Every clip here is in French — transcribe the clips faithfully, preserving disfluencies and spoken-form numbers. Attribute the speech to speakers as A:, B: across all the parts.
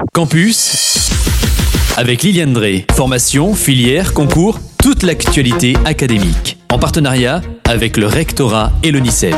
A: Campus avec Liliane Drey. Formation, filière, concours, toute l'actualité académique. En partenariat avec le rectorat et l'ONICEP.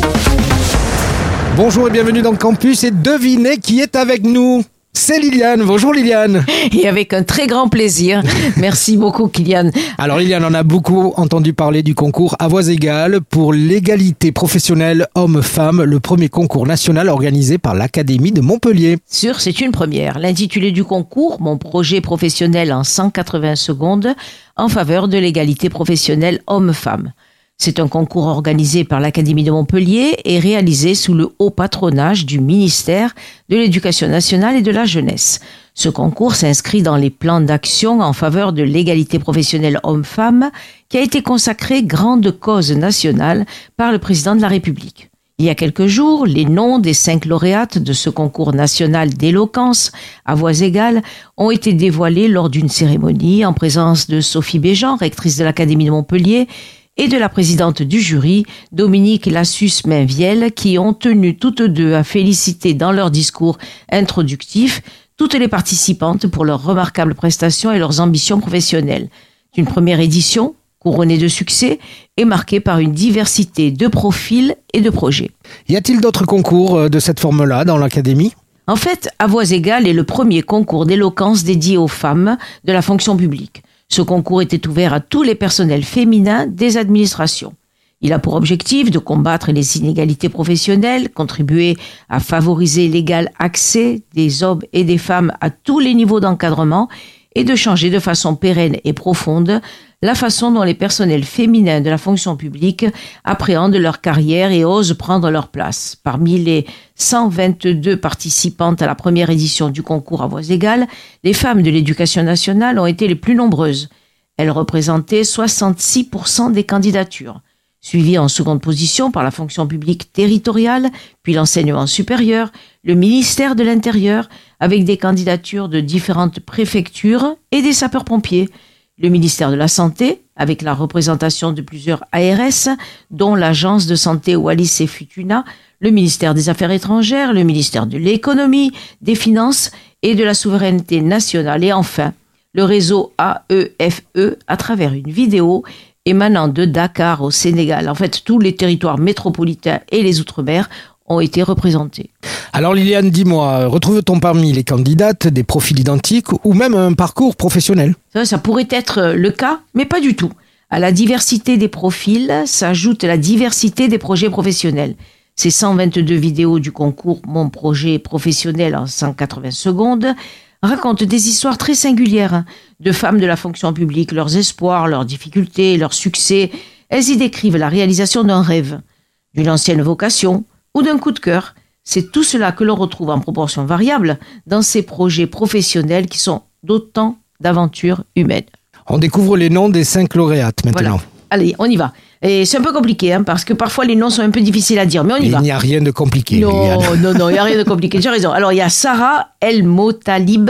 B: Bonjour et bienvenue dans Campus et devinez qui est avec nous. C'est Liliane. Bonjour Liliane.
C: Et avec un très grand plaisir. Merci beaucoup Kylian.
B: Alors Liliane, on a beaucoup entendu parler du concours à voix égales pour l'égalité professionnelle hommes-femmes, le premier concours national organisé par l'Académie de Montpellier.
C: Sûr, c'est une première. L'intitulé du concours, mon projet professionnel en cent quatre-vingts secondes en faveur de l'égalité professionnelle hommes-femmes. C'est un concours organisé par l'Académie de Montpellier et réalisé sous le haut patronage du ministère de l'Éducation nationale et de la jeunesse. Ce concours s'inscrit dans les plans d'action en faveur de l'égalité professionnelle homme-femme qui a été consacré grande cause nationale par le président de la République. Il y a quelques jours, les noms des cinq lauréates de ce concours national d'éloquence à voix égales ont été dévoilés lors d'une cérémonie en présence de Sophie Béjean, rectrice de l'Académie de Montpellier, et de la présidente du jury, Dominique Lassus-Mainviel, qui ont tenu toutes deux à féliciter dans leur discours introductif toutes les participantes pour leurs remarquables prestations et leurs ambitions professionnelles. Une première édition, couronnée de succès, est marquée par une diversité de profils et de projets.
B: Y a-t-il d'autres concours de cette forme-là dans l'Académie ?
C: En fait, À voix égales est le premier concours d'éloquence dédié aux femmes de la fonction publique. Ce concours était ouvert à tous les personnels féminins des administrations. Il a pour objectif de combattre les inégalités professionnelles, contribuer à favoriser l'égal accès des hommes et des femmes à tous les niveaux d'encadrement et de changer de façon pérenne et profonde la façon dont les personnels féminins de la fonction publique appréhendent leur carrière et osent prendre leur place. Parmi les cent vingt-deux participantes à la première édition du concours à voix égales, les femmes de l'Éducation nationale ont été les plus nombreuses. Elles représentaient soixante-six pour cent des candidatures, suivies en seconde position par la fonction publique territoriale, puis l'enseignement supérieur, le ministère de l'Intérieur, avec des candidatures de différentes préfectures et des sapeurs-pompiers. Le ministère de la Santé, avec la représentation de plusieurs A R S, dont l'Agence de santé Wallis et Futuna, le ministère des Affaires étrangères, le ministère de l'Économie, des Finances et de la Souveraineté nationale. Et enfin, le réseau A E F E, à travers une vidéo émanant de Dakar au Sénégal. En fait, tous les territoires métropolitains et les Outre-mer ont été représentés.
B: Alors Liliane, dis-moi, retrouve-t-on parmi les candidates des profils identiques ou même un parcours professionnel ?
C: Ça, ça pourrait être le cas, mais pas du tout. À la diversité des profils s'ajoute la diversité des projets professionnels. Ces cent vingt-deux vidéos du concours Mon projet professionnel en cent quatre-vingts secondes racontent des histoires très singulières de femmes de la fonction publique, leurs espoirs, leurs difficultés, leurs succès. Elles y décrivent la réalisation d'un rêve, d'une ancienne vocation ou d'un coup de cœur. C'est tout cela que l'on retrouve en proportion variable dans ces projets professionnels qui sont d'autant d'aventures humaines.
B: On découvre les noms des cinq lauréates maintenant.
C: Voilà. Allez, on y va. Et c'est un peu compliqué, hein, parce que parfois les noms sont un peu difficiles à dire, mais on y
B: il
C: va.
B: Il n'y a rien de compliqué.
C: Non,
B: Liliane.
C: non, non, il n'y a rien de compliqué. J'ai raison. Alors, il y a Sarah El Motalib,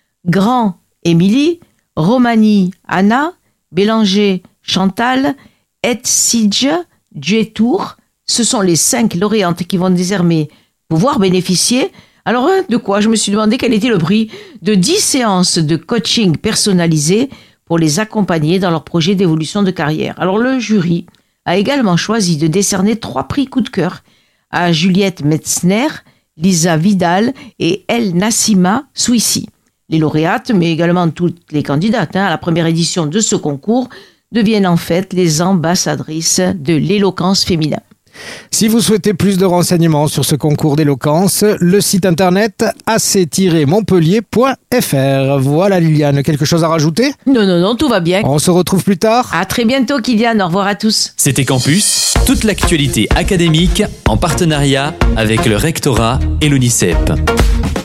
C: Grand Émilie, Romani Anna, Bélanger Chantal, Etsidje Djetour. Ce sont les cinq lauréantes qui vont désormais pouvoir bénéficier. Alors, de quoi ? Je me suis demandé quel était le prix de dix séances de coaching personnalisé pour les accompagner dans leur projet d'évolution de carrière. Alors, le jury a également choisi de décerner trois prix coup de cœur à Juliette Metzner, Lisa Vidal et El Nassima Souissi. Les lauréates, mais également toutes les candidates hein, à la première édition de ce concours, deviennent en fait les ambassadrices de l'éloquence féminin.
B: Si vous souhaitez plus de renseignements sur ce concours d'éloquence, le site internet a c tiret montpellier point f r. Voilà Liliane, quelque chose à rajouter ?
C: Non, non, non, tout va bien.
B: On se retrouve plus tard.
C: À très bientôt Kylian, au revoir à tous.
A: C'était Campus, toute l'actualité académique en partenariat avec le rectorat et l'ONICEP.